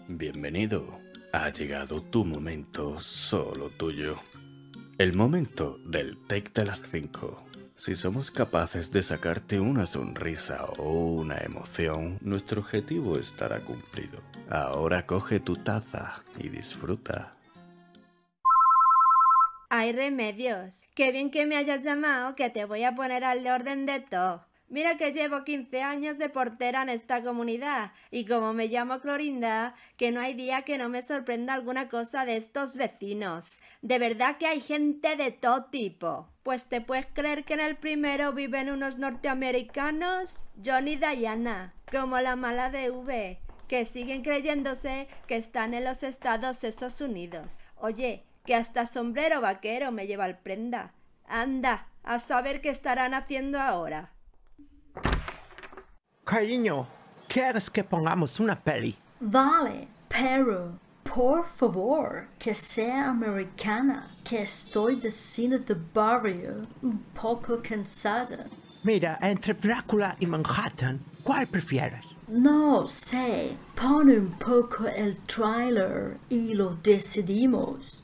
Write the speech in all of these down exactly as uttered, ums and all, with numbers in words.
Bienvenido. Ha llegado tu momento solo tuyo. El momento del Take de las cinco. Si somos capaces de sacarte una sonrisa o una emoción, nuestro objetivo estará cumplido. Ahora coge tu taza y disfruta. Hay remedios. Qué bien que me hayas llamado, que te voy a poner al orden de todo. Mira que llevo quince años de portera en esta comunidad y como me llamo Clorinda, que no hay día que no me sorprenda alguna cosa de estos vecinos. De verdad que hay gente de todo tipo. Pues te puedes creer que en el primero viven unos norteamericanos, John y Diana, como la mala de V, que siguen creyéndose que están en los Estados esos Unidos. Oye, que hasta sombrero vaquero me lleva el prenda. Anda, a saber qué estarán haciendo ahora. Cariño, ¿quieres que pongamos una peli? Vale, pero, por favor, que sea americana, que estoy de cine de barrio un poco cansada. Mira, entre Drácula y Manhattan, ¿cuál prefieres? No sé, pon un poco el tráiler y lo decidimos.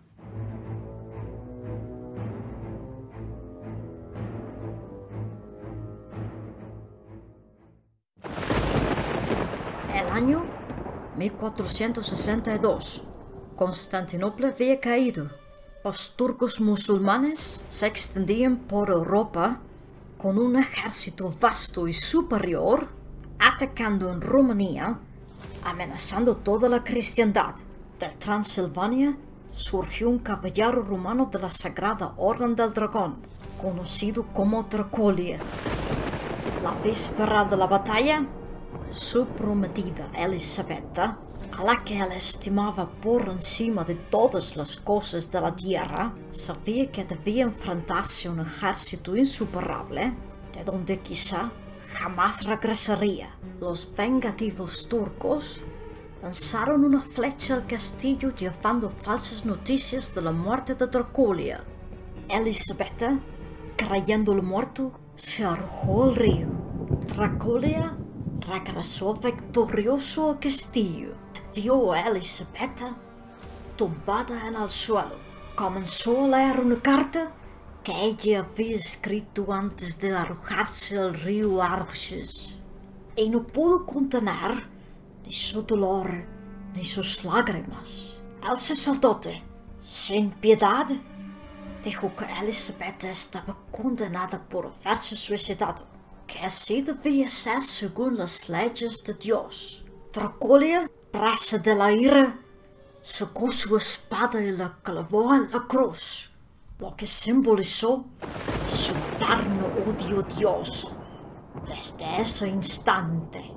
El año mil cuatrocientos sesenta y dos. Constantinopla había caído. Los turcos musulmanes se extendían por Europa con un ejército vasto y superior, atacando en Rumanía, amenazando toda la cristiandad. De Transilvania surgió un caballero romano de la Sagrada Orden del Dragón, conocido como Dracolia. La víspera de la batalla, su prometida Elisabetta, a la que él estimaba por encima de todas las cosas de la tierra, sabía que debía enfrentarse a un ejército insuperable, de donde quizá jamás regresaría. Los vengativos turcos lanzaron una flecha al castillo llevando falsas noticias de la muerte de Dracolia. Elisabetta, creyéndolo muerto, se arrojó al río. Dracolia regresó victorioso al castillo. Vio a Elisabetta tumbada en el suelo. Comenzó a leer una carta que ella había escrito antes de arrojarse al río Arxes. Y no pudo contener ni su dolor ni sus lágrimas. El sacerdote, sin piedad, dijo que Elisabetta estaba condenada por haberse suicidado, que así debía ser según las leyes de Dios. Dracolia, presa de la ira, sacó su espada y la clavó en la cruz, lo que simbolizó su eterno odio a Dios desde ese instante.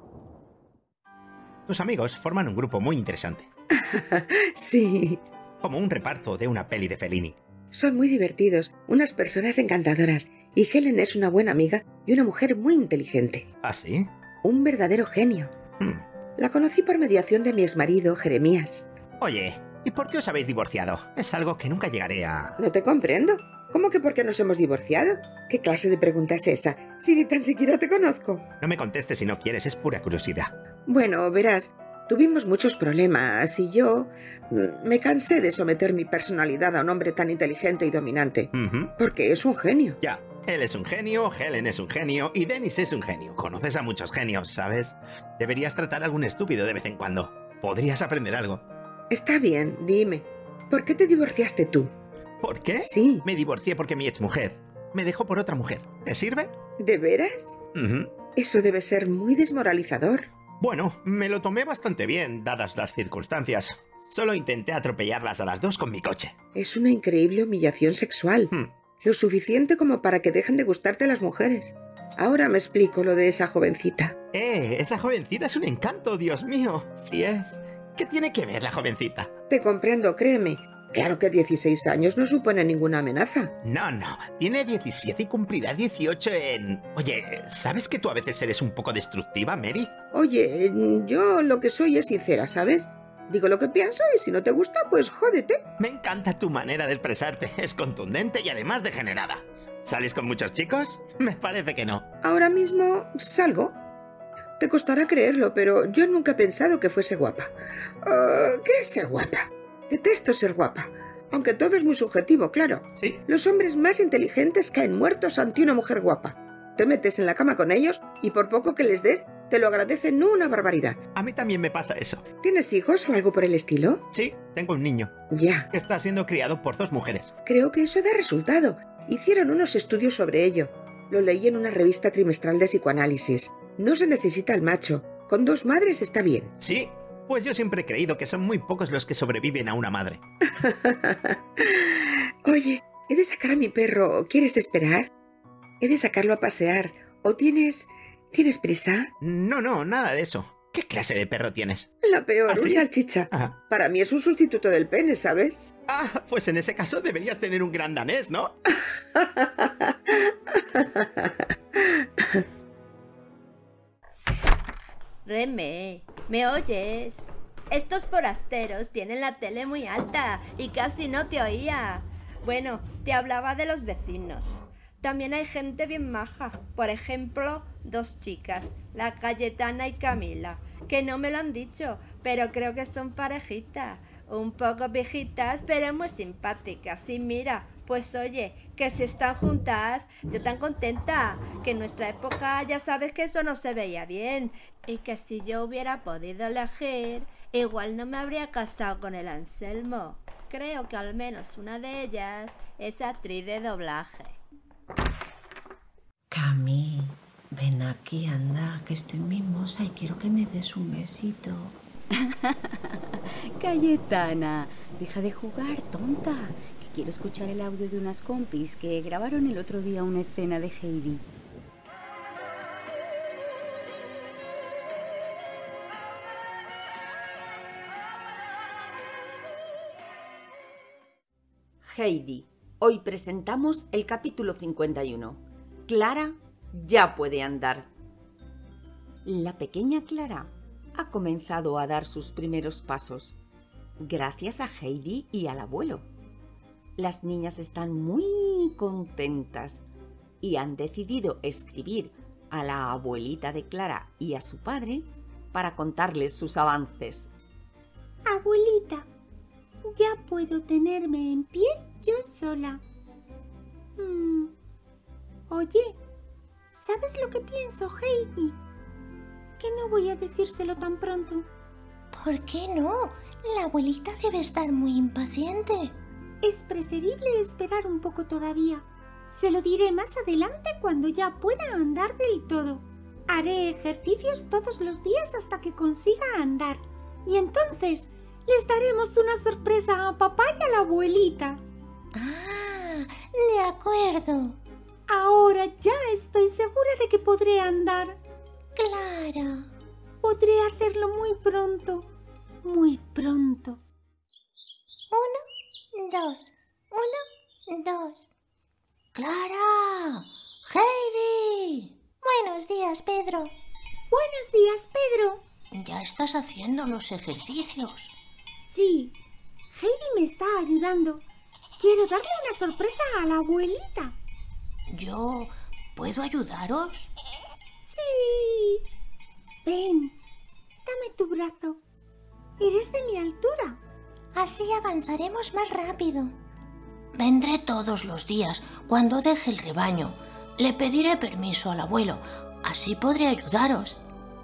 Tus amigos forman un grupo muy interesante. Sí. Como un reparto de una peli de Fellini. Son muy divertidos, unas personas encantadoras, y Helen es una buena amiga y una mujer muy inteligente. ¿Ah, sí? Un verdadero genio. Hmm. La conocí por mediación de mi exmarido, Jeremías. Oye, ¿y por qué os habéis divorciado? Es algo que nunca llegaré a... No te comprendo. ¿Cómo que por qué nos hemos divorciado? ¿Qué clase de pregunta es esa? Si ni tan siquiera te conozco. No me contestes si no quieres, es pura curiosidad. Bueno, verás, tuvimos muchos problemas y yo me cansé de someter mi personalidad a un hombre tan inteligente y dominante. Uh-huh. Porque es un genio. Ya, él es un genio, Helen es un genio y Dennis es un genio. Conoces a muchos genios, ¿sabes? Deberías tratar a algún estúpido de vez en cuando. Podrías aprender algo. Está bien, dime. ¿Por qué te divorciaste tú? ¿Por qué? Sí. Me divorcié porque mi exmujer me dejó por otra mujer. ¿Te sirve? ¿De veras? Uh-huh. Eso debe ser muy desmoralizador. Bueno, me lo tomé bastante bien, dadas las circunstancias. Solo intenté atropellarlas a las dos con mi coche. Es una increíble humillación sexual. Hmm. Lo suficiente como para que dejen de gustarte las mujeres. Ahora me explico lo de esa jovencita. Eh, esa jovencita es un encanto, Dios mío. Sí es. ¿Qué tiene que ver la jovencita? Te comprendo, créeme. Claro que dieciséis años no supone ninguna amenaza. No, no. Tiene diecisiete y cumplirá dieciocho en... Oye, ¿sabes que tú a veces eres un poco destructiva, Mary? Oye, yo lo que soy es sincera, ¿sabes? Digo lo que pienso y si no te gusta, pues jódete. Me encanta tu manera de expresarte. Es contundente y además degenerada. ¿Sales con muchos chicos? Me parece que no. Ahora mismo salgo. Te costará creerlo, pero yo nunca he pensado que fuese guapa. Uh, ¿Qué es ser guapa? Detesto ser guapa. Aunque todo es muy subjetivo, claro. ¿Sí? Los hombres más inteligentes caen muertos ante una mujer guapa. Te metes en la cama con ellos y por poco que les des, te lo agradecen una barbaridad. A mí también me pasa eso. ¿Tienes hijos o algo por el estilo? Sí, tengo un niño. Ya. Que está siendo criado por dos mujeres. Creo que eso da resultado. Hicieron unos estudios sobre ello. Lo leí en una revista trimestral de psicoanálisis. No se necesita el macho. Con dos madres está bien. Sí, pues yo siempre he creído que son muy pocos los que sobreviven a una madre. Oye, he de sacar a mi perro. ¿Quieres esperar? He de sacarlo a pasear. ¿O tienes... tienes prisa? No, no, nada de eso. ¿Qué clase de perro tienes? La peor, ¿Ah, sí? un salchicha. Ajá. Para mí es un sustituto del pene, ¿sabes? Ah, pues en ese caso deberías tener un gran danés, ¿no? Reme, ¿me oyes? Estos forasteros tienen la tele muy alta y casi no te oía. Bueno, te hablaba de los vecinos. También hay gente bien maja. Por ejemplo, dos chicas, la Cayetana y Camila, que no me lo han dicho, pero creo que son parejitas. Un poco viejitas, pero muy simpáticas. Y mira, pues oye, que si están juntas, yo tan contenta, que en nuestra época ya sabes que eso no se veía bien. Y que si yo hubiera podido elegir, igual no me habría casado con el Anselmo. Creo que al menos una de ellas es actriz de doblaje. Cami, ven aquí, anda, que estoy mimosa y quiero que me des un besito. Cayetana, deja de jugar, tonta, que quiero escuchar el audio de unas compis que grabaron el otro día una escena de Heidi. Heidi, hoy presentamos el capítulo cincuenta y uno. Clara ya puede andar. La pequeña Clara ha comenzado a dar sus primeros pasos, gracias a Heidi y al abuelo. Las niñas están muy contentas y han decidido escribir a la abuelita de Clara y a su padre para contarles sus avances. Abuelita, ya puedo tenerme en pie yo sola. Hmm. Oye, ¿sabes lo que pienso, Heidi? Que no voy a decírselo tan pronto. ¿Por qué no? La abuelita debe estar muy impaciente. Es preferible esperar un poco todavía. Se lo diré más adelante cuando ya pueda andar del todo. Haré ejercicios todos los días hasta que consiga andar. Y entonces les daremos una sorpresa a papá y a la abuelita. Ah, de acuerdo. Ahora ya estoy segura de que podré andar. Clara. Podré hacerlo muy pronto, muy pronto. Uno, dos, uno, dos. ¡Clara! ¡Heidi! Buenos días, Pedro. Buenos días, Pedro. ¿Ya estás haciendo los ejercicios? Sí, Heidi me está ayudando. Quiero darle una sorpresa a la abuelita. ¿Yo puedo ayudaros? Sí. Ven, dame tu brazo. Eres de mi altura. Así avanzaremos más rápido. Vendré todos los días cuando deje el rebaño. Le pediré permiso al abuelo. Así podré ayudaros.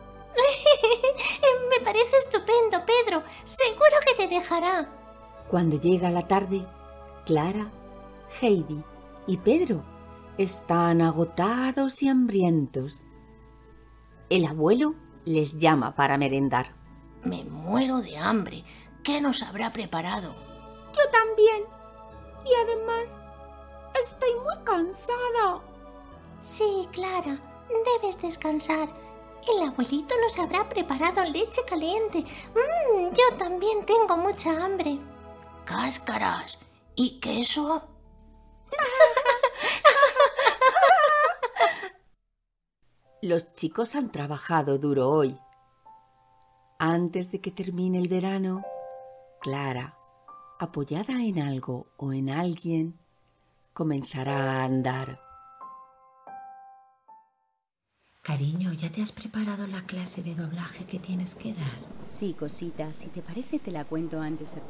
Me parece estupendo, Pedro. Seguro que te dejará. Cuando llega la tarde, Clara, Heidi y Pedro están agotados y hambrientos. El abuelo les llama para merendar. Me muero de hambre. ¿Qué nos habrá preparado? Yo también. Y además, estoy muy cansada. Sí, Clara, debes descansar. El abuelito nos habrá preparado leche caliente. Mm, yo también tengo mucha hambre. Cáscaras. ¿Y queso? Los chicos han trabajado duro hoy. Antes de que termine el verano, Clara, apoyada en algo o en alguien, comenzará a andar. Cariño, ¿ya te has preparado la clase de doblaje que tienes que dar? Sí, cosita, si te parece te la cuento antes a ti.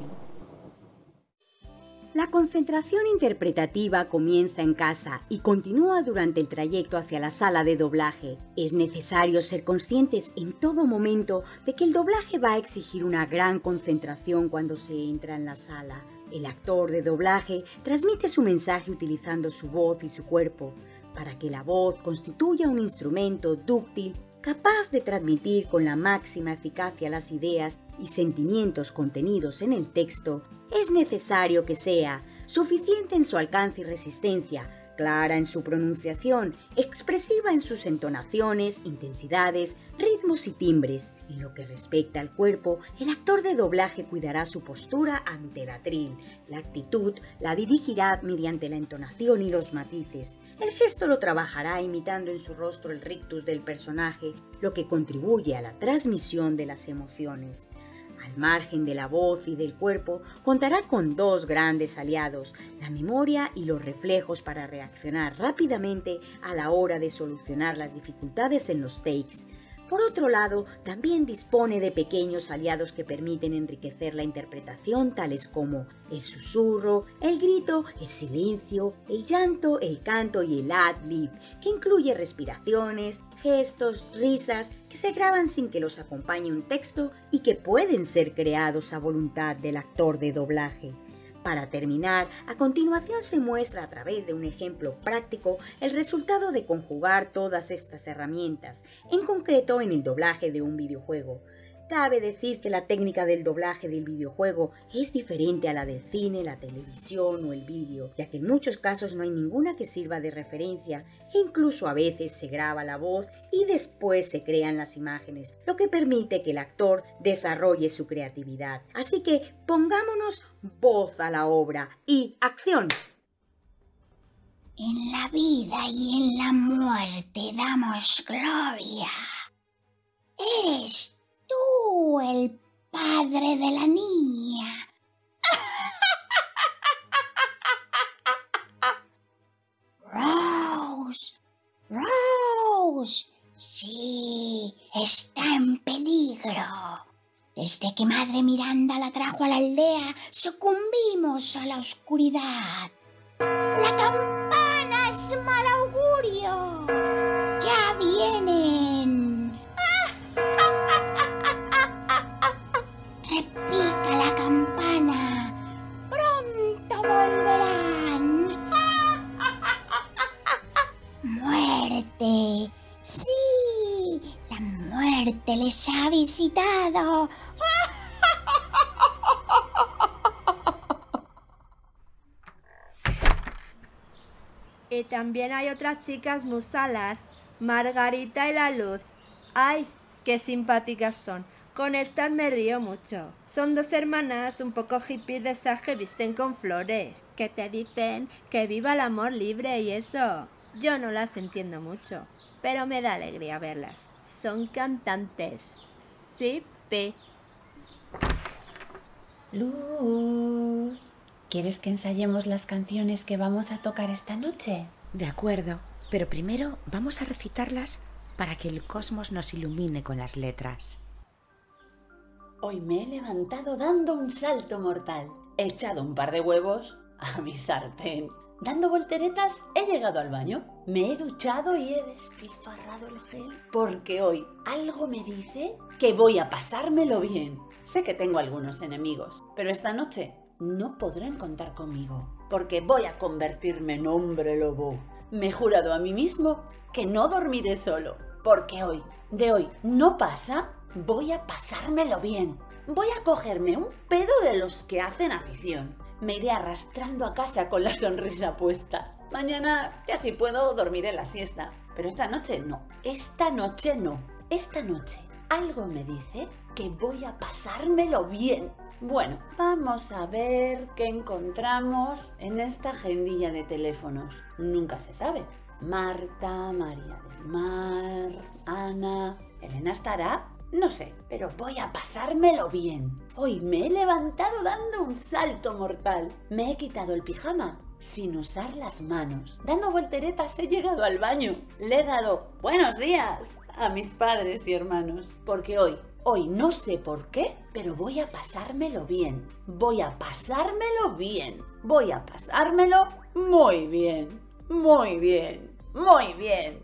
La concentración interpretativa comienza en casa y continúa durante el trayecto hacia la sala de doblaje. Es necesario ser conscientes en todo momento de que el doblaje va a exigir una gran concentración cuando se entra en la sala. El actor de doblaje transmite su mensaje utilizando su voz y su cuerpo. Para que la voz constituya un instrumento dúctil capaz de transmitir con la máxima eficacia las ideas y sentimientos contenidos en el texto, es necesario que sea suficiente en su alcance y resistencia, clara en su pronunciación, expresiva en sus entonaciones, intensidades, ritmos y timbres. En lo que respecta al cuerpo, el actor de doblaje cuidará su postura ante el atril. La actitud la dirigirá mediante la entonación y los matices. El gesto lo trabajará imitando en su rostro el rictus del personaje, lo que contribuye a la transmisión de las emociones. Al margen de la voz y del cuerpo, contará con dos grandes aliados, la memoria y los reflejos para reaccionar rápidamente a la hora de solucionar las dificultades en los takes. Por otro lado, también dispone de pequeños aliados que permiten enriquecer la interpretación, tales como el susurro, el grito, el silencio, el llanto, el canto y el ad-lib, que incluye respiraciones, gestos, risas, que se graban sin que los acompañe un texto y que pueden ser creados a voluntad del actor de doblaje. Para terminar, a continuación se muestra a través de un ejemplo práctico el resultado de conjugar todas estas herramientas, en concreto en el doblaje de un videojuego. Cabe decir que la técnica del doblaje del videojuego es diferente a la del cine, la televisión o el vídeo, ya que en muchos casos no hay ninguna que sirva de referencia e incluso a veces se graba la voz y después se crean las imágenes, lo que permite que el actor desarrolle su creatividad. Así que pongámonos voz a la obra y ¡acción! En la vida y en la muerte damos gloria. Eres tú el padre de la niña. Rose, Rose, sí, está en peligro. Desde que Madre Miranda la trajo a la aldea, sucumbimos a la oscuridad. La campana es mal augurio. Ya vienen. Repica la campana. Pronto volverán. Muerte. Sí, la muerte les ha visitado. Y también hay otras chicas musalas, Margarita y la Luz. ¡Ay, qué simpáticas son! Con estas me río mucho. Son dos hermanas un poco hippies de esas que visten con flores, que te dicen que viva el amor libre y eso. Yo no las entiendo mucho, pero me da alegría verlas. Son cantantes. Sí, pi. Luz, ¿quieres que ensayemos las canciones que vamos a tocar esta noche? De acuerdo, pero primero vamos a recitarlas para que el cosmos nos ilumine con las letras. Hoy me he levantado dando un salto mortal. He echado un par de huevos a mi sartén. Dando volteretas he llegado al baño. Me he duchado y he despilfarrado el gel. Porque hoy algo me dice que voy a pasármelo bien. Sé que tengo algunos enemigos, pero esta noche no podrán contar conmigo. Porque voy a convertirme en hombre lobo. Me he jurado a mí mismo que no dormiré solo. Porque hoy, de hoy, no pasa. Voy a pasármelo bien. Voy a cogerme un pedo de los que hacen afición. Me iré arrastrando a casa con la sonrisa puesta. Mañana, ya si puedo, dormiré la siesta. Pero esta noche no. Esta noche no. Esta noche algo me dice que voy a pasármelo bien. Bueno, vamos a ver qué encontramos en esta agendilla de teléfonos. Nunca se sabe. Marta, María del Mar, Ana... ¿Elena estará? No sé, pero voy a pasármelo bien. Hoy me he levantado dando un salto mortal. Me he quitado el pijama sin usar las manos. Dando volteretas he llegado al baño. Le he dado buenos días a mis padres y hermanos. Porque hoy, hoy no sé por qué, pero voy a pasármelo bien. Voy a pasármelo bien. Voy a pasármelo muy bien. Muy bien. Muy bien.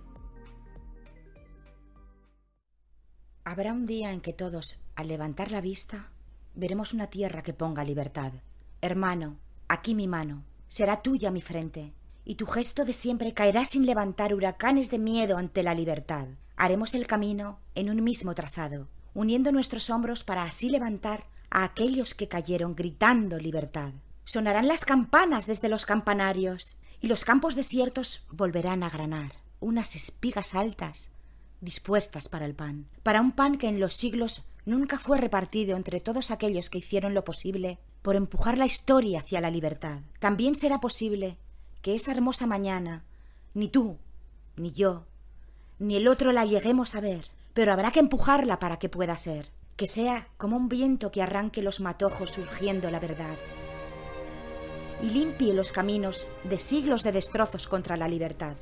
Habrá un día en que todos, al levantar la vista, veremos una tierra que ponga libertad. Hermano, aquí mi mano, será tuya mi frente, y tu gesto de siempre caerá sin levantar huracanes de miedo ante la libertad. Haremos el camino en un mismo trazado, uniendo nuestros hombros para así levantar a aquellos que cayeron gritando libertad. Sonarán las campanas desde los campanarios, y los campos desiertos volverán a granar unas espigas altas, dispuestas para el pan, para un pan que en los siglos nunca fue repartido entre todos aquellos que hicieron lo posible por empujar la historia hacia la libertad. También será posible que esa hermosa mañana ni tú, ni yo, ni el otro la lleguemos a ver, pero habrá que empujarla para que pueda ser, que sea como un viento que arranque los matojos surgiendo la verdad y limpie los caminos de siglos de destrozos contra la libertad.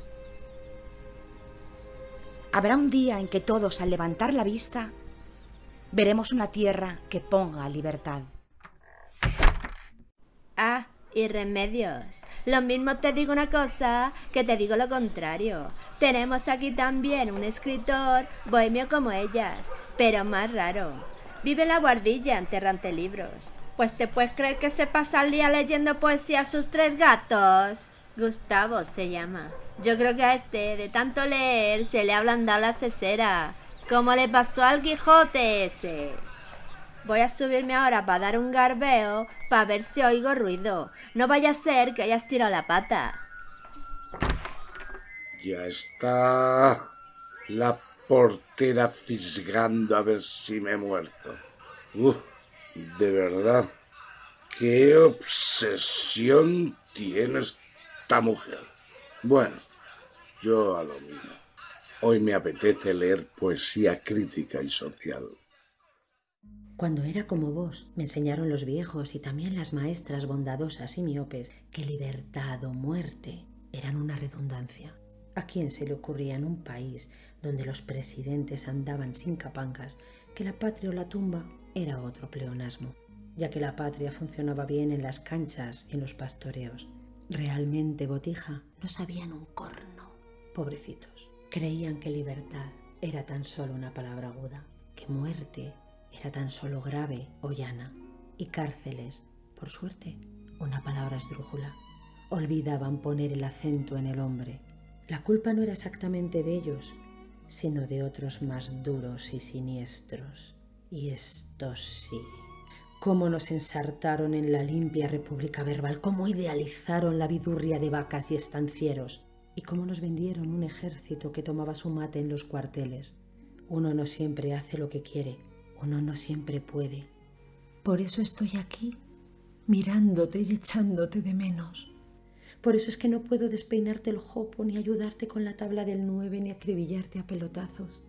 Habrá un día en que todos, al levantar la vista, veremos una tierra que ponga libertad. Ah, y remedios. Lo mismo te digo una cosa que te digo lo contrario. Tenemos aquí también un escritor bohemio como ellas, pero más raro. Vive en la guardilla enterrante libros. Pues te puedes creer que se pasa el día leyendo poesía a sus tres gatos. Gustavo se llama. Yo creo que a este, de tanto leer, se le ha ablandado la sesera, como le pasó al Quijote ese. Voy a subirme ahora para dar un garbeo, para ver si oigo ruido. No vaya a ser que hayas tirado la pata. Ya está la portera fisgando a ver si me he muerto. Uh, de verdad, qué obsesión tiene esta mujer. Bueno, yo a lo mío. Hoy me apetece leer poesía crítica y social. Cuando era como vos, me enseñaron los viejos y también las maestras bondadosas y miopes que libertad o muerte eran una redundancia. ¿A quién se le ocurría en un país donde los presidentes andaban sin capangas que la patria o la tumba era otro pleonasmo, ya que la patria funcionaba bien en las canchas y en los pastoreos? Realmente, Botija, no sabían un corno. Pobrecitos. Creían que libertad era tan solo una palabra aguda, que muerte era tan solo grave o llana, y cárceles, por suerte, una palabra esdrújula. Olvidaban poner el acento en el hombre. La culpa no era exactamente de ellos, sino de otros más duros y siniestros. Y estos sí. Cómo nos ensartaron en la limpia república verbal, cómo idealizaron la vidurria de vacas y estancieros, y cómo nos vendieron un ejército que tomaba su mate en los cuarteles. Uno no siempre hace lo que quiere, uno no siempre puede. Por eso estoy aquí, mirándote y echándote de menos. Por eso es que no puedo despeinarte el jopo, ni ayudarte con la tabla del nueve, ni acribillarte a pelotazos.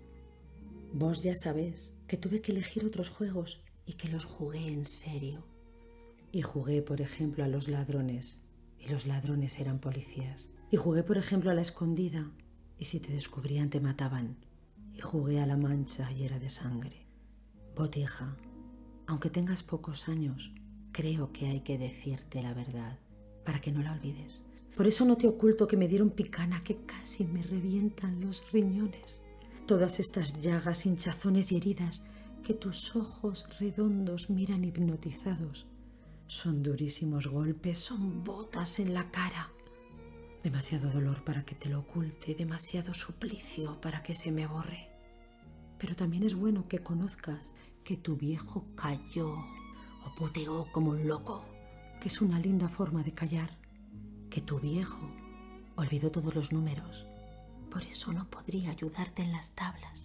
Vos ya sabés que tuve que elegir otros juegos y que los jugué en serio. Y jugué, por ejemplo, a los ladrones, y los ladrones eran policías. Y jugué, por ejemplo, a la escondida, y si te descubrían te mataban. Y jugué a la mancha y era de sangre. Botija, aunque tengas pocos años, creo que hay que decirte la verdad, para que no la olvides. Por eso no te oculto que me dieron picana, que casi me revientan los riñones. Todas estas llagas, hinchazones y heridas que tus ojos redondos miran hipnotizados. Son durísimos golpes, son botas en la cara. Demasiado dolor para que te lo oculte, demasiado suplicio para que se me borre. Pero también es bueno que conozcas que tu viejo cayó o puteó como un loco, que es una linda forma de callar, que tu viejo olvidó todos los números, por eso no podría ayudarte en las tablas.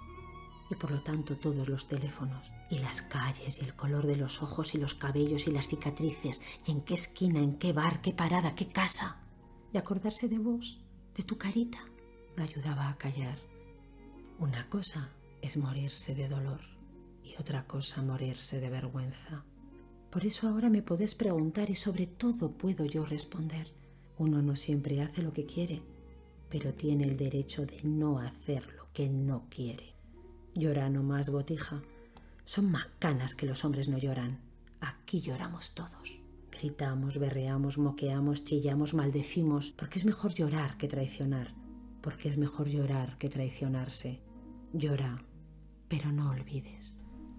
Y por lo tanto todos los teléfonos, y las calles, y el color de los ojos, y los cabellos, y las cicatrices, y en qué esquina, en qué bar, qué parada, qué casa. Y acordarse de vos, de tu carita, lo ayudaba a callar. Una cosa es morirse de dolor, y otra cosa morirse de vergüenza. Por eso ahora me podés preguntar, y sobre todo puedo yo responder, Uno no siempre hace lo que quiere, pero tiene el derecho de no hacer lo que no quiere. Llora no más, botija. Son macanas que los hombres no lloran. Aquí lloramos todos. Gritamos, berreamos, moqueamos, chillamos, maldecimos, porque es mejor llorar que traicionar, porque es mejor llorar que traicionarse. Llora, pero no olvides.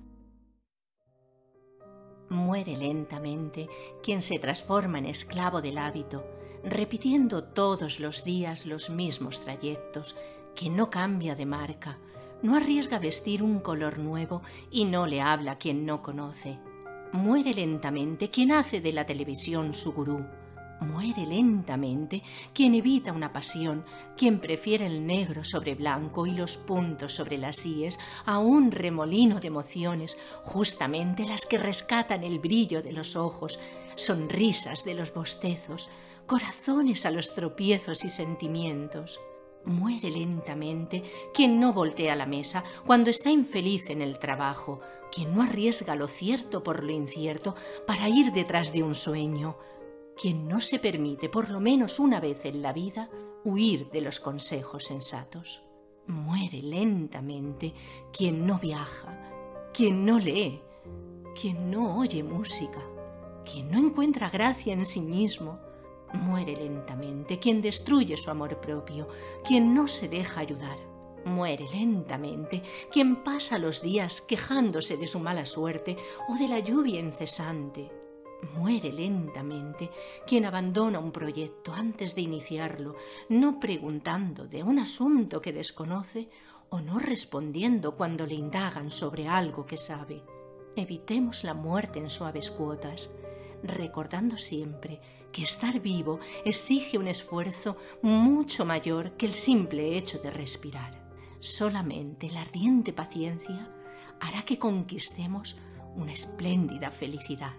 Muere lentamente quien se transforma en esclavo del hábito, repitiendo todos los días los mismos trayectos, que no cambia de marca, no arriesga vestir un color nuevo y no le habla a quien no conoce. Muere lentamente quien hace de la televisión su gurú. Muere lentamente quien evita una pasión, quien prefiere el negro sobre blanco y los puntos sobre las íes a un remolino de emociones, justamente las que rescatan el brillo de los ojos, sonrisas de los bostezos, corazones a los tropiezos y sentimientos. Muere lentamente quien no voltea la mesa cuando está infeliz en el trabajo, quien no arriesga lo cierto por lo incierto para ir detrás de un sueño, quien no se permite, por lo menos una vez en la vida, huir de los consejos sensatos. Muere lentamente quien no viaja, quien no lee, quien no oye música, quien no encuentra gracia en sí mismo. Muere lentamente quien destruye su amor propio, quien no se deja ayudar. Muere lentamente quien pasa los días quejándose de su mala suerte o de la lluvia incesante. Muere lentamente quien abandona un proyecto antes de iniciarlo, no preguntando de un asunto que desconoce o no respondiendo cuando le indagan sobre algo que sabe. Evitemos la muerte en suaves cuotas, recordando siempre que estar vivo exige un esfuerzo mucho mayor que el simple hecho de respirar. Solamente la ardiente paciencia hará que conquistemos una espléndida felicidad.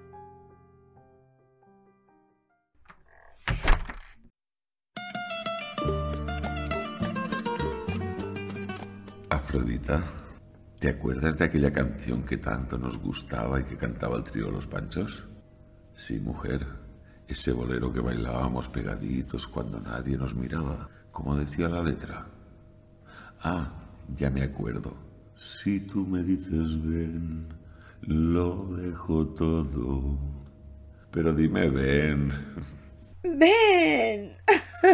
Afrodita, ¿te acuerdas de aquella canción que tanto nos gustaba y que cantaba el trío Los Panchos? Sí, mujer, ese bolero que bailábamos pegaditos cuando nadie nos miraba, como decía la letra. Ah, ya me acuerdo. Si tú me dices ven, lo dejo todo. Pero dime ven. ¡Ven!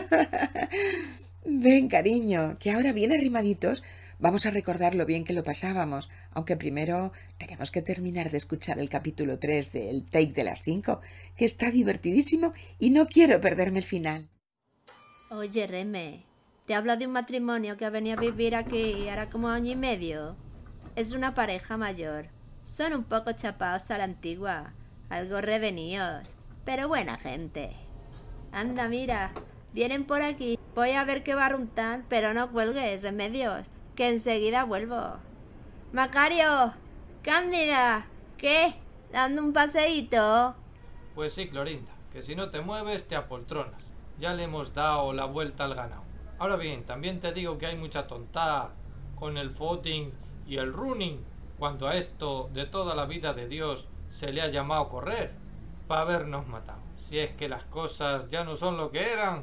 Ven, cariño, que ahora bien arrimaditos vamos a recordar lo bien que lo pasábamos, aunque primero tenemos que terminar de escuchar el capítulo tres del Take de las cinco, que está divertidísimo y no quiero perderme el final. Oye, Reme, te hablo de un matrimonio que ha venido a vivir aquí ahora como año y medio. Es una pareja mayor. Son un poco chapados a la antigua, algo revenidos, pero buena gente. Anda, mira, vienen por aquí. Voy a ver qué barruntan, pero no cuelgues, Remedios, que enseguida vuelvo. Macario, Cándida, ¿qué? ¿Dando un paseíto? Pues sí, Clorinda, que si no te mueves te apoltronas. Ya le hemos dado la vuelta al ganado. Ahora bien, también te digo que hay mucha tontada con el footing y el running, cuando a esto de toda la vida de Dios se le ha llamado correr, para habernos matado. Si es que las cosas ya no son lo que eran.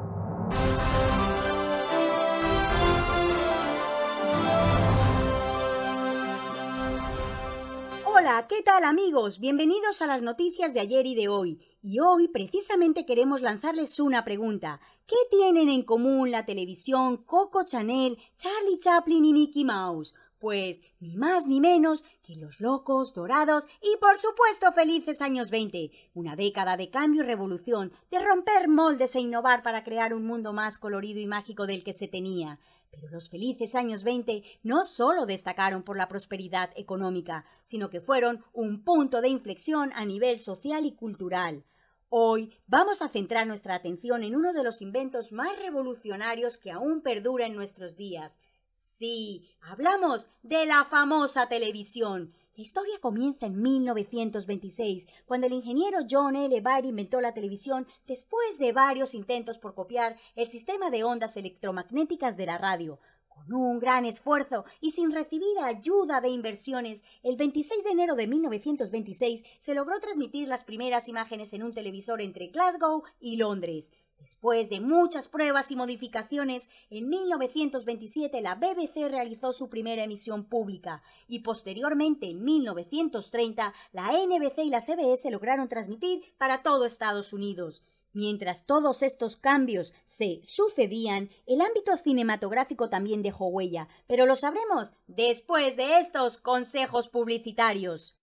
Hola, ¿qué tal amigos? Bienvenidos a las noticias de ayer y de hoy. Y hoy precisamente queremos lanzarles una pregunta. ¿Qué tienen en común la televisión, Coco Chanel, Charlie Chaplin y Mickey Mouse? Pues ni más ni menos que los locos, dorados y por supuesto felices años veinte. Una década de cambio y revolución, de romper moldes e innovar para crear un mundo más colorido y mágico del que se tenía. Pero los felices años veinte no solo destacaron por la prosperidad económica, sino que fueron un punto de inflexión a nivel social y cultural. Hoy vamos a centrar nuestra atención en uno de los inventos más revolucionarios que aún perdura en nuestros días. Sí, hablamos de la famosa televisión. La historia comienza en mil novecientos veintiséis, cuando el ingeniero John L. Baird inventó la televisión después de varios intentos por copiar el sistema de ondas electromagnéticas de la radio. Con un gran esfuerzo y sin recibir ayuda de inversiones, el veintiséis de enero de mil novecientos veintiséis se logró transmitir las primeras imágenes en un televisor entre Glasgow y Londres. Después de muchas pruebas y modificaciones, en mil novecientos veintisiete la B B C realizó su primera emisión pública y posteriormente, en mil novecientos treinta, la N B C y la C B S lograron transmitir para todo Estados Unidos. Mientras todos estos cambios se sucedían, el ámbito cinematográfico también dejó huella, pero lo sabremos después de estos consejos publicitarios.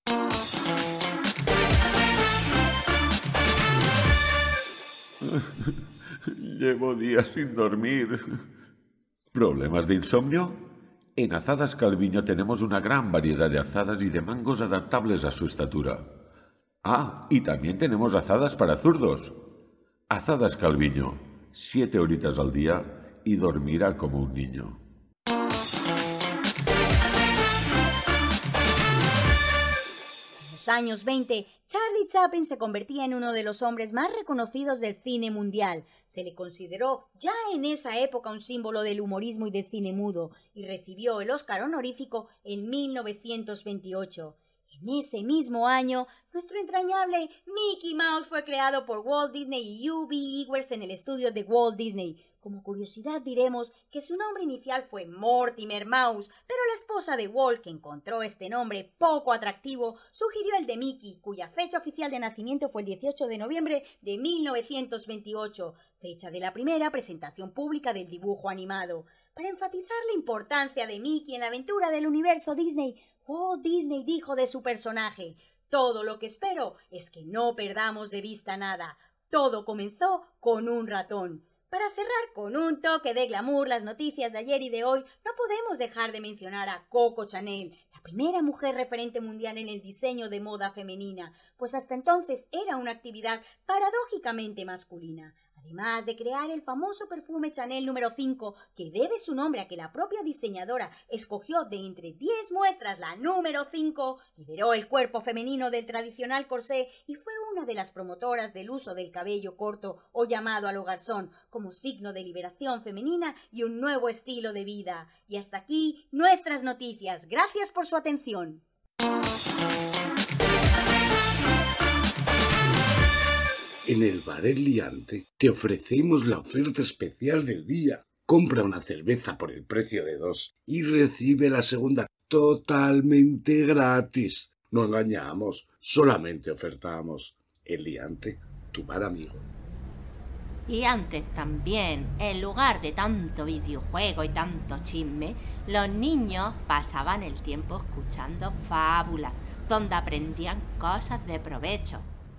Llevo días sin dormir. ¿Problemas de insomnio? En Azadas Calviño tenemos una gran variedad de azadas y de mangos adaptables a su estatura. Ah, y también tenemos azadas para zurdos. Azadas Calviño, siete horitas al día y dormirá como un niño. En los años veinte, Charlie Chaplin se convertía en uno de los hombres más reconocidos del cine mundial. Se le consideró ya en esa época un símbolo del humorismo y del cine mudo y recibió el Oscar honorífico en mil novecientos veintiocho. En ese mismo año, nuestro entrañable Mickey Mouse fue creado por Walt Disney y U B Iwers en el estudio de Walt Disney. Como curiosidad diremos que su nombre inicial fue Mortimer Mouse, pero la esposa de Walt, que encontró este nombre poco atractivo, sugirió el de Mickey, cuya fecha oficial de nacimiento fue el dieciocho de noviembre de mil novecientos veintiocho, fecha de la primera presentación pública del dibujo animado. Para enfatizar la importancia de Mickey en la aventura del universo Disney, Walt Disney dijo de su personaje: «Todo lo que espero es que no perdamos de vista nada. Todo comenzó con un ratón». Para cerrar con un toque de glamour las noticias de ayer y de hoy, no podemos dejar de mencionar a Coco Chanel, la primera mujer referente mundial en el diseño de moda femenina, pues hasta entonces era una actividad paradójicamente masculina. Además de crear el famoso perfume Chanel número cinco, que debe su nombre a que la propia diseñadora escogió de entre diez muestras la número cinco, liberó el cuerpo femenino del tradicional corsé y fue una de las promotoras del uso del cabello corto o llamado a lo garzón como signo de liberación femenina y un nuevo estilo de vida. Y hasta aquí nuestras noticias. Gracias por su atención. En el Bar El Liante te ofrecemos la oferta especial del día. Compra una cerveza por el precio de dos y recibe la segunda totalmente gratis. No engañamos, solamente ofertamos. El Liante, tu bar amigo. Y antes también, en lugar de tanto videojuego y tanto chisme, los niños pasaban el tiempo escuchando fábulas, donde aprendían cosas de provecho.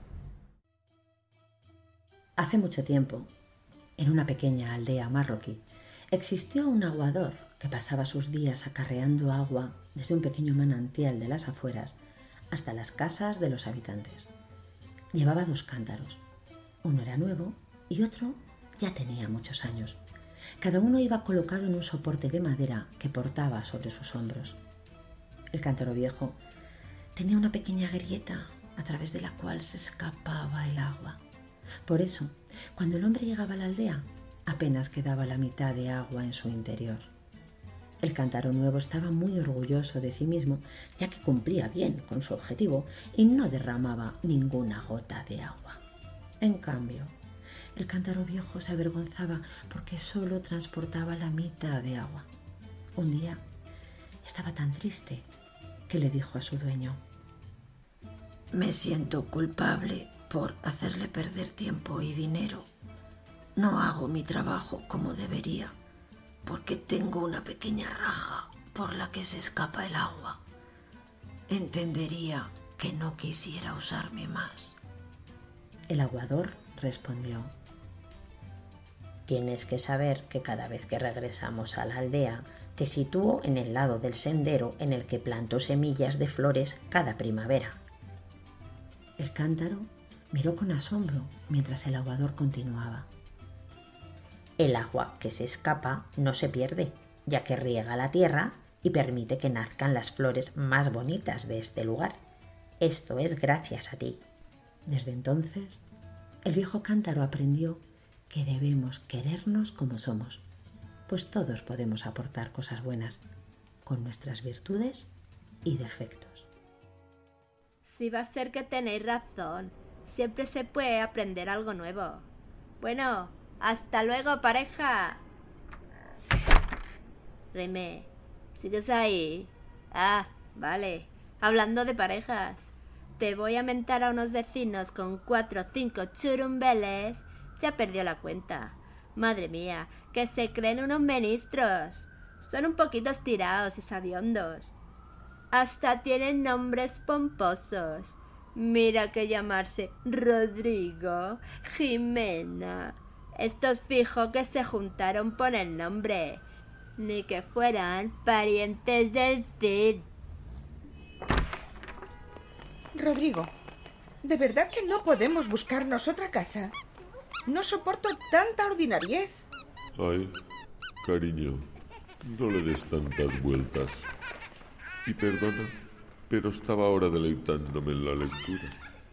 Hace mucho tiempo, en una pequeña aldea marroquí, existió un aguador que pasaba sus días acarreando agua desde un pequeño manantial de las afueras hasta las casas de los habitantes. Llevaba dos cántaros. Uno era nuevo y otro ya tenía muchos años. Cada uno iba colocado en un soporte de madera que portaba sobre sus hombros. El cántaro viejo tenía una pequeña grieta a través de la cual se escapaba el agua. Por eso, cuando el hombre llegaba a la aldea, apenas quedaba la mitad de agua en su interior. El cántaro nuevo estaba muy orgulloso de sí mismo, ya que cumplía bien con su objetivo y no derramaba ninguna gota de agua. En cambio, el cántaro viejo se avergonzaba porque solo transportaba la mitad de agua. Un día estaba tan triste que le dijo a su dueño: «Me siento culpable por hacerle perder tiempo y dinero. No hago mi trabajo como debería, porque tengo una pequeña raja por la que se escapa el agua. Entendería que no quisiera usarme más». El aguador respondió: «Tienes que saber que cada vez que regresamos a la aldea, te sitúo en el lado del sendero en el que planto semillas de flores cada primavera». El cántaro miró con asombro mientras el aguador continuaba: «El agua que se escapa no se pierde, ya que riega la tierra y permite que nazcan las flores más bonitas de este lugar. Esto es gracias a ti». Desde entonces, el viejo cántaro aprendió que debemos querernos como somos, pues todos podemos aportar cosas buenas, con nuestras virtudes y defectos. Sí, va a ser que tenéis razón. Siempre se puede aprender algo nuevo. Bueno, hasta luego, pareja. Reime, ¿sigues ahí? Ah, vale. Hablando de parejas, te voy a mentar a unos vecinos con cuatro o cinco churumbeles. Ya perdió la cuenta. Madre mía, que se creen unos ministros. Son un poquito estirados y sabiondos. Hasta tienen nombres pomposos. Mira que llamarse Rodrigo, Jimena. Estos fijo que se juntaron por el nombre. Ni que fueran parientes del Cid. Rodrigo, ¿de verdad que no podemos buscarnos otra casa? No soporto tanta ordinariez. Ay, cariño, no le des tantas vueltas. Y perdona, pero estaba ahora deleitándome en la lectura.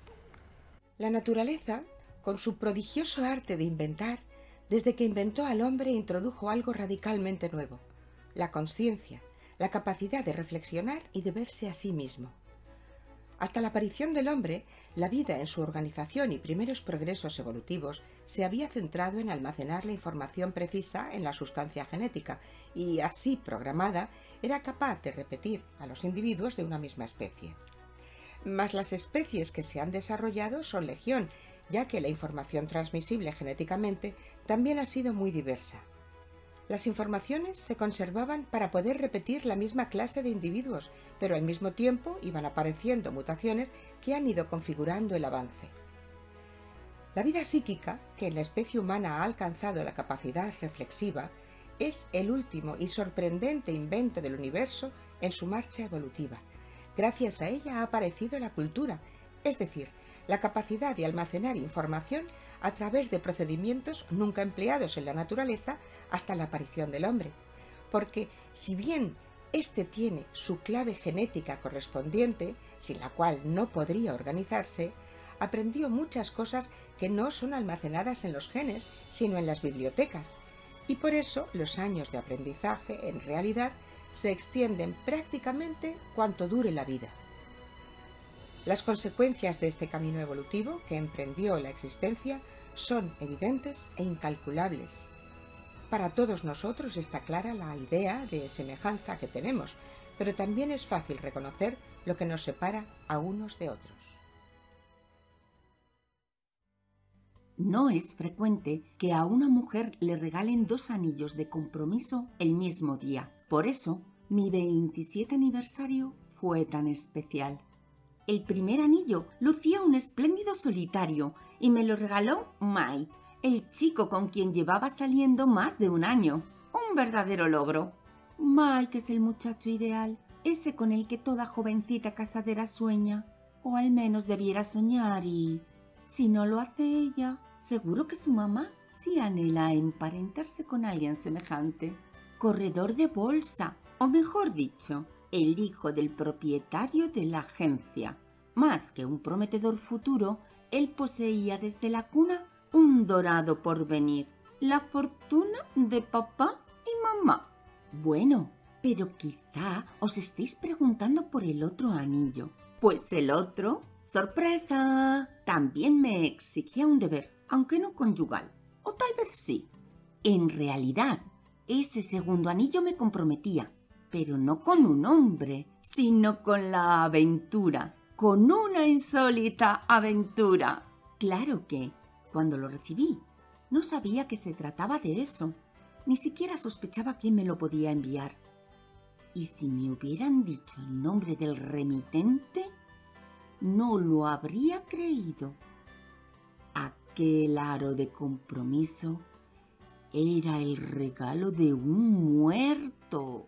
La naturaleza, con su prodigioso arte de inventar, desde que inventó al hombre introdujo algo radicalmente nuevo: la conciencia, la capacidad de reflexionar y de verse a sí mismo. Hasta la aparición del hombre, la vida en su organización y primeros progresos evolutivos se había centrado en almacenar la información precisa en la sustancia genética y, así programada, era capaz de repetir a los individuos de una misma especie. Mas las especies que se han desarrollado son legión, ya que la información transmisible genéticamente también ha sido muy diversa. Las informaciones se conservaban para poder repetir la misma clase de individuos, pero al mismo tiempo iban apareciendo mutaciones que han ido configurando el avance. La vida psíquica, que en la especie humana ha alcanzado la capacidad reflexiva, es el último y sorprendente invento del universo en su marcha evolutiva. Gracias a ella ha aparecido la cultura, es decir, la capacidad de almacenar información a través de procedimientos nunca empleados en la naturaleza hasta la aparición del hombre. Porque, si bien éste tiene su clave genética correspondiente, sin la cual no podría organizarse, aprendió muchas cosas que no son almacenadas en los genes, sino en las bibliotecas. Y por eso los años de aprendizaje, en realidad, se extienden prácticamente cuanto dure la vida. Las consecuencias de este camino evolutivo que emprendió la existencia son evidentes e incalculables. Para todos nosotros está clara la idea de semejanza que tenemos, pero también es fácil reconocer lo que nos separa a unos de otros. No es frecuente que a una mujer le regalen dos anillos de compromiso el mismo día. Por eso, mi veintisiete aniversario fue tan especial. El primer anillo lucía un espléndido solitario y me lo regaló Mike, el chico con quien llevaba saliendo más de un año. Un verdadero logro. Mike es el muchacho ideal, ese con el que toda jovencita casadera sueña, o al menos debiera soñar, y si no lo hace ella, seguro que su mamá sí anhela emparentarse con alguien semejante. Corredor de bolsa, o mejor dicho, el hijo del propietario de la agencia. Más que un prometedor futuro, él poseía desde la cuna un dorado porvenir, la fortuna de papá y mamá. Bueno, pero quizá os estéis preguntando por el otro anillo. Pues el otro, ¡sorpresa!, también me exigía un deber, aunque no conyugal. O tal vez sí. En realidad, ese segundo anillo me comprometía, pero no con un hombre, sino con la aventura, con una insólita aventura. Claro que, cuando lo recibí, no sabía que se trataba de eso, ni siquiera sospechaba quién me lo podía enviar. Y si me hubieran dicho el nombre del remitente, no lo habría creído. Aquel aro de compromiso era el regalo de un muerto.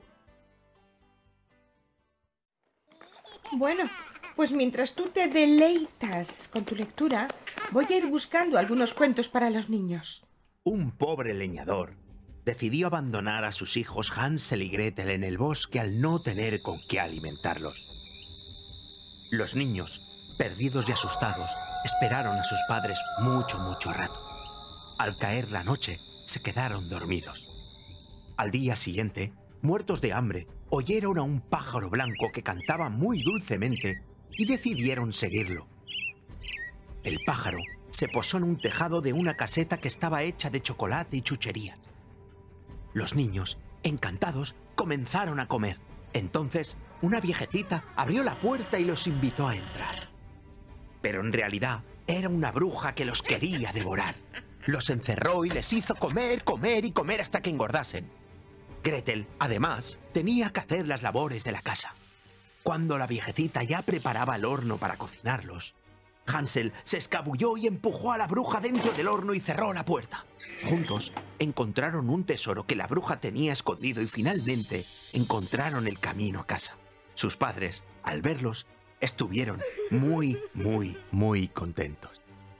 Bueno, pues mientras tú te deleitas con tu lectura, voy a ir buscando algunos cuentos para los niños. Un pobre leñador decidió abandonar a sus hijos Hansel y Gretel en el bosque al no tener con qué alimentarlos. Los niños, perdidos y asustados, esperaron a sus padres mucho, mucho rato. Al caer la noche, se quedaron dormidos. Al día siguiente, muertos de hambre, oyeron a un pájaro blanco que cantaba muy dulcemente y decidieron seguirlo. El pájaro se posó en un tejado de una caseta que estaba hecha de chocolate y chucherías. Los niños, encantados, comenzaron a comer. Entonces, una viejecita abrió la puerta y los invitó a entrar. Pero en realidad era una bruja que los quería devorar. Los encerró y les hizo comer, comer y comer hasta que engordasen. Gretel, además, tenía que hacer las labores de la casa. Cuando la viejecita ya preparaba el horno para cocinarlos, Hansel se escabulló y empujó a la bruja dentro del horno y cerró la puerta. Juntos encontraron un tesoro que la bruja tenía escondido y finalmente encontraron el camino a casa. Sus padres, al verlos, estuvieron muy, muy, muy contentos.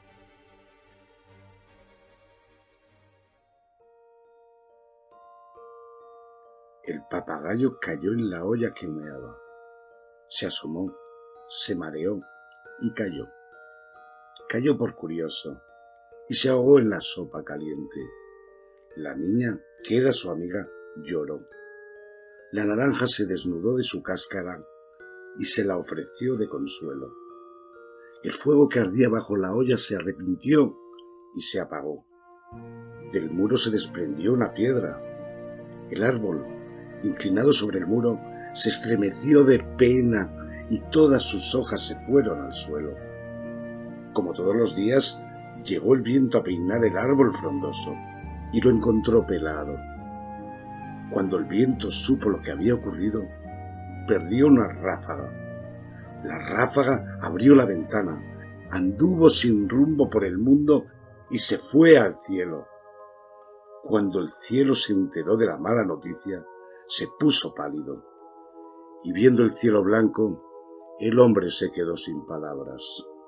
El papagayo cayó en la olla que humeaba. Se asomó, se mareó y cayó. Cayó por curioso y se ahogó en la sopa caliente. La niña, que era su amiga, lloró. La naranja se desnudó de su cáscara y se la ofreció de consuelo. El fuego que ardía bajo la olla se arrepintió y se apagó. Del muro se desprendió una piedra. El árbol, inclinado sobre el muro, se estremeció de pena y todas sus hojas se fueron al suelo. Como todos los días, llegó el viento a peinar el árbol frondoso y lo encontró pelado. Cuando el viento supo lo que había ocurrido, perdió una ráfaga. La ráfaga abrió la ventana, anduvo sin rumbo por el mundo y se fue al cielo. Cuando el cielo se enteró de la mala noticia, se puso pálido. Y viendo el cielo blanco, el hombre se quedó sin palabras.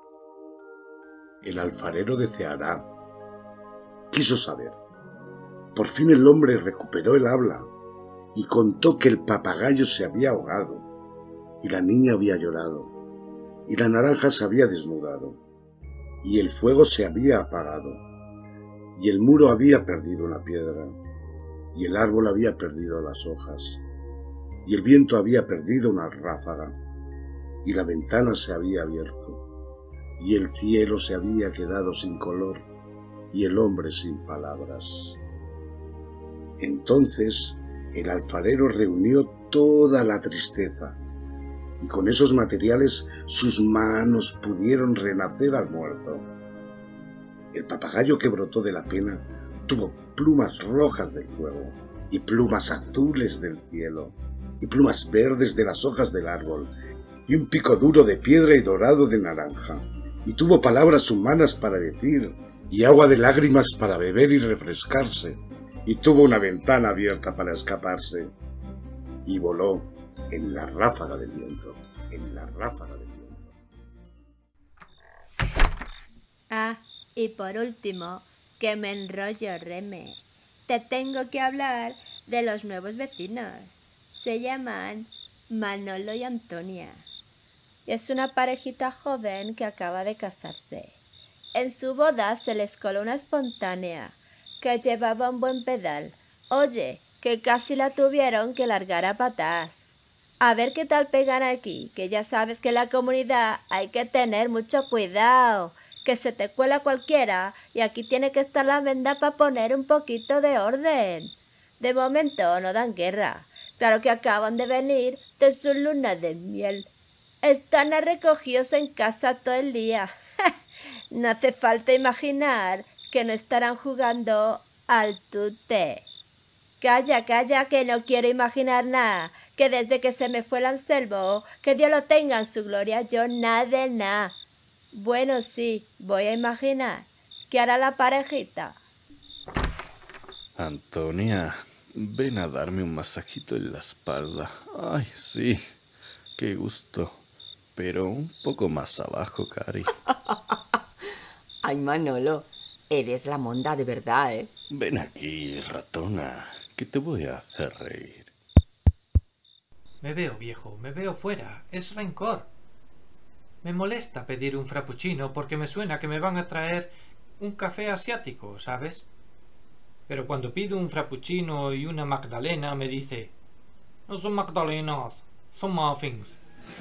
El alfarero de Ceará quiso saber. Por fin el hombre recuperó el habla y contó que el papagayo se había ahogado, y la niña había llorado, y la naranja se había desnudado, y el fuego se había apagado, y el muro había perdido una piedra, y el árbol había perdido las hojas, y el viento había perdido una ráfaga, y la ventana se había abierto, y el cielo se había quedado sin color, y el hombre sin palabras. Entonces el alfarero reunió toda la tristeza, y con esos materiales sus manos pudieron renacer al muerto. El papagayo que brotó de la pena tuvo plumas rojas del fuego, y plumas azules del cielo, y plumas verdes de las hojas del árbol, y un pico duro de piedra y dorado de naranja, y tuvo palabras humanas para decir, y agua de lágrimas para beber y refrescarse, y tuvo una ventana abierta para escaparse, y voló en la ráfaga del viento, en la ráfaga del viento. Ah, y por último, que me enrollo, Reme. Te tengo que hablar de los nuevos vecinos. Se llaman Manolo y Antonia. Es una parejita joven que acaba de casarse. En su boda se les coló una espontánea que llevaba un buen pedal. Oye, que casi la tuvieron que largar a patas. A ver qué tal pegan aquí, que ya sabes que en la comunidad hay que tener mucho cuidado, que se te cuela cualquiera y aquí tiene que estar la venda para poner un poquito de orden. De momento no dan guerra. Claro que acaban de venir de su luna de miel. Están recogidos en casa todo el día. No hace falta imaginar que no estarán jugando al tute. Calla, calla, que no quiero imaginar nada. Que desde que se me fue el Anselmo, que Dios lo tenga en su gloria, yo nada de nada. Bueno, sí, voy a imaginar. ¿Qué hará la parejita? Antonia, ven a darme un masajito en la espalda. Ay, sí, qué gusto. Pero un poco más abajo, Cari. Ay, Manolo, eres la monda de verdad, ¿eh? Ven aquí, ratona, que te voy a hacer reír. Me veo viejo, me veo fuera, es rencor. Me molesta pedir un frappuccino porque me suena que me van a traer un café asiático, ¿sabes? Pero cuando pido un frappuccino y una magdalena me dice: no son magdalenas, son muffins.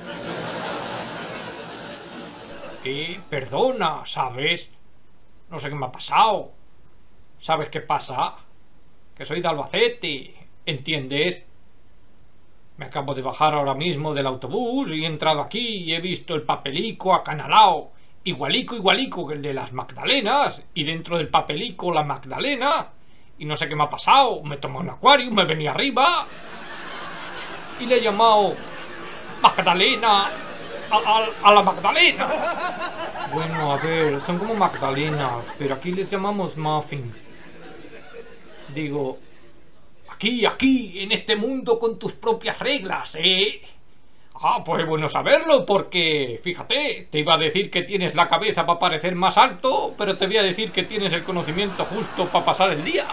Y perdona, ¿sabes? No sé qué me ha pasado. ¿Sabes qué pasa? Que soy de Albacete, ¿entiendes? Me acabo de bajar ahora mismo del autobús y he entrado aquí y he visto el papelico acanalao, igualico, igualico que el de las magdalenas, y dentro del papelico la magdalena, y no sé qué me ha pasado. Me tomé un acuario, me venía arriba y le he llamado Magdalena a, a, a la Magdalena. Bueno, a ver, son como magdalenas, pero aquí les llamamos muffins. Digo, aquí, aquí, en este mundo con tus propias reglas, ¿eh? Ah, pues es bueno saberlo, porque, fíjate, te iba a decir que tienes la cabeza para parecer más alto, pero te voy a decir que tienes el conocimiento justo para pasar el día.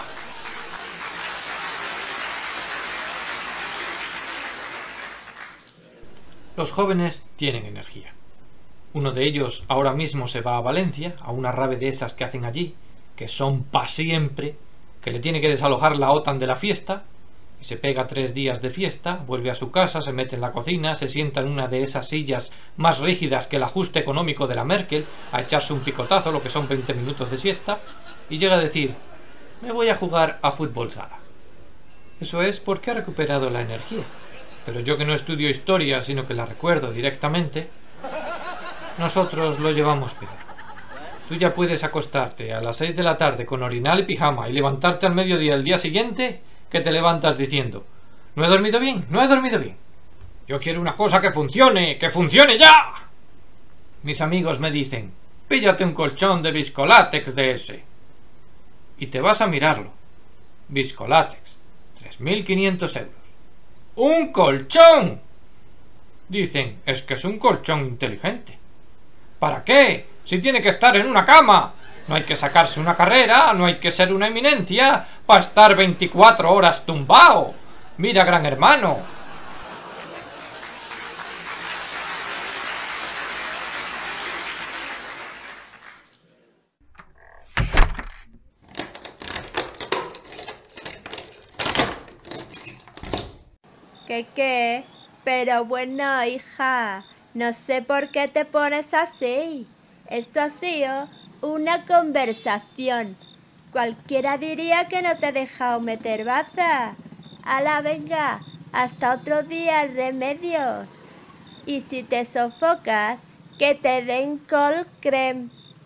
Los jóvenes tienen energía. Uno de ellos ahora mismo se va a Valencia, a una rave de esas que hacen allí, que son pa' siempre, que le tiene que desalojar la OTAN de la fiesta, y se pega tres días de fiesta, vuelve a su casa, se mete en la cocina, se sienta en una de esas sillas más rígidas que el ajuste económico de la Merkel, a echarse un picotazo, lo que son veinte minutos de siesta, y llega a decir: me voy a jugar a fútbol sala. Eso es porque ha recuperado la energía. Pero yo, que no estudio historia, sino que la recuerdo directamente, nosotros lo llevamos peor. Tú ya puedes acostarte a las seis de la tarde con orinal y pijama y levantarte al mediodía el día siguiente, que te levantas diciendo: no he dormido bien, no he dormido bien. Yo quiero una cosa que funcione, que funcione ya. Mis amigos me dicen: píllate un colchón de viscolátex de ese. Y te vas a mirarlo. Viscolátex, tres mil quinientos euros. ¡Un colchón! Dicen, es que es un colchón inteligente. ¿Para qué? Si tiene que estar en una cama. No hay que sacarse una carrera, no hay que ser una eminencia para estar veinticuatro horas tumbado. Mira, Gran Hermano. ¿Qué qué? Pero bueno, hija, no sé por qué te pones así. Esto ha sido una conversación. Cualquiera diría que no te he dejado meter baza. Ala, venga, hasta otro día, remedios. Y si te sofocas, que te den cold cream.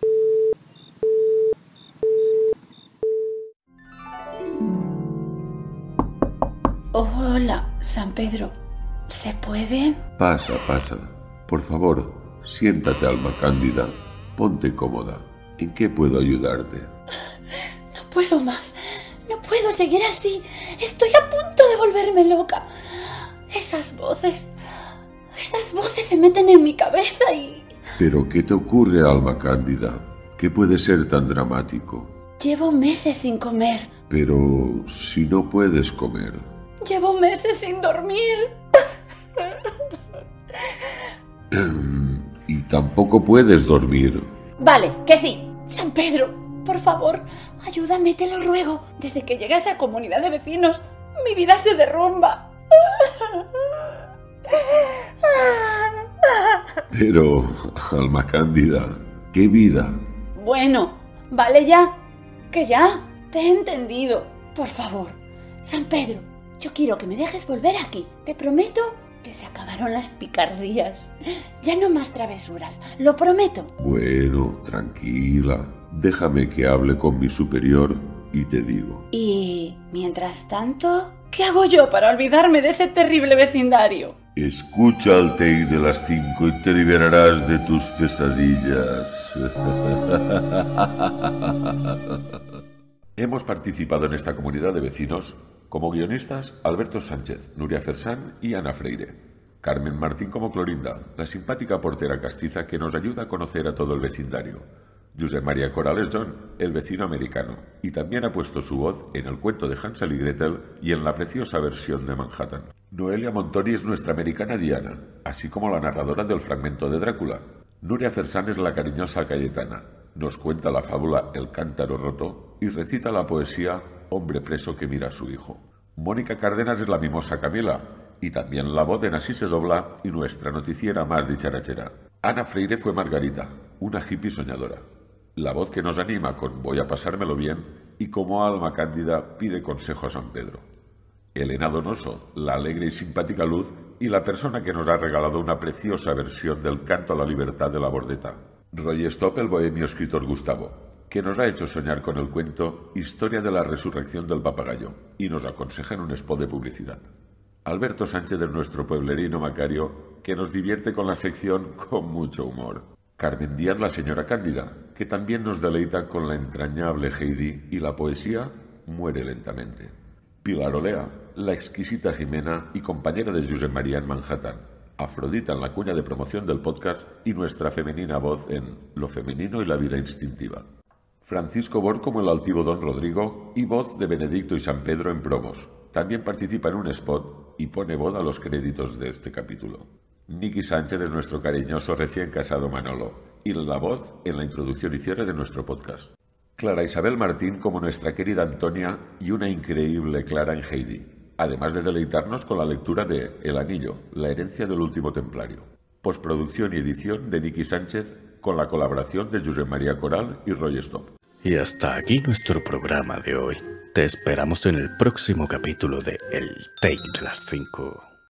Hola, San Pedro. ¿Se puede? Pasa, pasa. Por favor, siéntate, alma cándida. Ponte cómoda. ¿En qué puedo ayudarte? No puedo más. No puedo seguir así. Estoy a punto de volverme loca. Esas voces... Esas voces se meten en mi cabeza y... ¿Pero qué te ocurre, alma cándida? ¿Qué puede ser tan dramático? Llevo meses sin comer. Pero si no puedes comer... Llevo meses sin dormir. Y tampoco puedes dormir. Vale, que sí. San Pedro, por favor, ayúdame, te lo ruego. Desde que llegué a esa comunidad de vecinos, mi vida se derrumba. Pero, alma cándida, ¿qué vida? Bueno, vale ya. Que ya, te he entendido. Por favor, San Pedro, yo quiero que me dejes volver aquí. Te prometo que se acabaron las picardías. Ya no más travesuras, lo prometo. Bueno, tranquila. Déjame que hable con mi superior y te digo. Y, mientras tanto, ¿qué hago yo para olvidarme de ese terrible vecindario? Escucha al Take de las cinco y te liberarás de tus pesadillas. Hemos participado en esta comunidad de vecinos como guionistas Alberto Sánchez, Nuria Fersán y Ana Freire. Carmen Martín como Clorinda, la simpática portera castiza que nos ayuda a conocer a todo el vecindario. Josep María Corales John, el vecino americano, y también ha puesto su voz en el cuento de Hansel y Gretel y en la preciosa versión de Manhattan. Noelia Montoni es nuestra americana Diana, así como la narradora del fragmento de Drácula. Nuria Fersán es la cariñosa Cayetana. Nos cuenta la fábula El cántaro roto y recita la poesía hombre preso que mira a su hijo. Mónica Cárdenas es la mimosa Camila, y también la voz de Así se dobla y nuestra noticiera más dicharachera. Ana Freire fue Margarita, una hippie soñadora. La voz que nos anima con voy a pasármelo bien y como alma cándida pide consejo a San Pedro. Elena Donoso, la alegre y simpática Luz y la persona que nos ha regalado una preciosa versión del canto a la libertad de la Bordeta. Roy Stop, el bohemio escritor Gustavo, que nos ha hecho soñar con el cuento Historia de la resurrección del papagayo y nos aconseja en un spot de publicidad. Alberto Sánchez es nuestro pueblerino Macario, que nos divierte con la sección con mucho humor. Carmen Díaz, la señora Cándida, que también nos deleita con la entrañable Heidi y la poesía Muere lentamente. Pilar Olea, la exquisita Jimena y compañera de Josep María en Manhattan. Afrodita en la cuña de promoción del podcast y nuestra femenina voz en Lo femenino y la vida instintiva. Francisco Bor como el altivo Don Rodrigo y voz de Benedicto y San Pedro en promos. También participa en un spot y pone voz a los créditos de este capítulo. Nicky Sánchez es nuestro cariñoso recién casado Manolo y la voz en la introducción y cierre de nuestro podcast. Clara Isabel Martín como nuestra querida Antonia y una increíble Clara en Heidi, además de deleitarnos con la lectura de El Anillo, la herencia del último templario. Postproducción y edición de Nicky Sánchez con la colaboración de Josep María Coral y Roy Stop. Y hasta aquí nuestro programa de hoy. Te esperamos en el próximo capítulo de El Take de las cinco.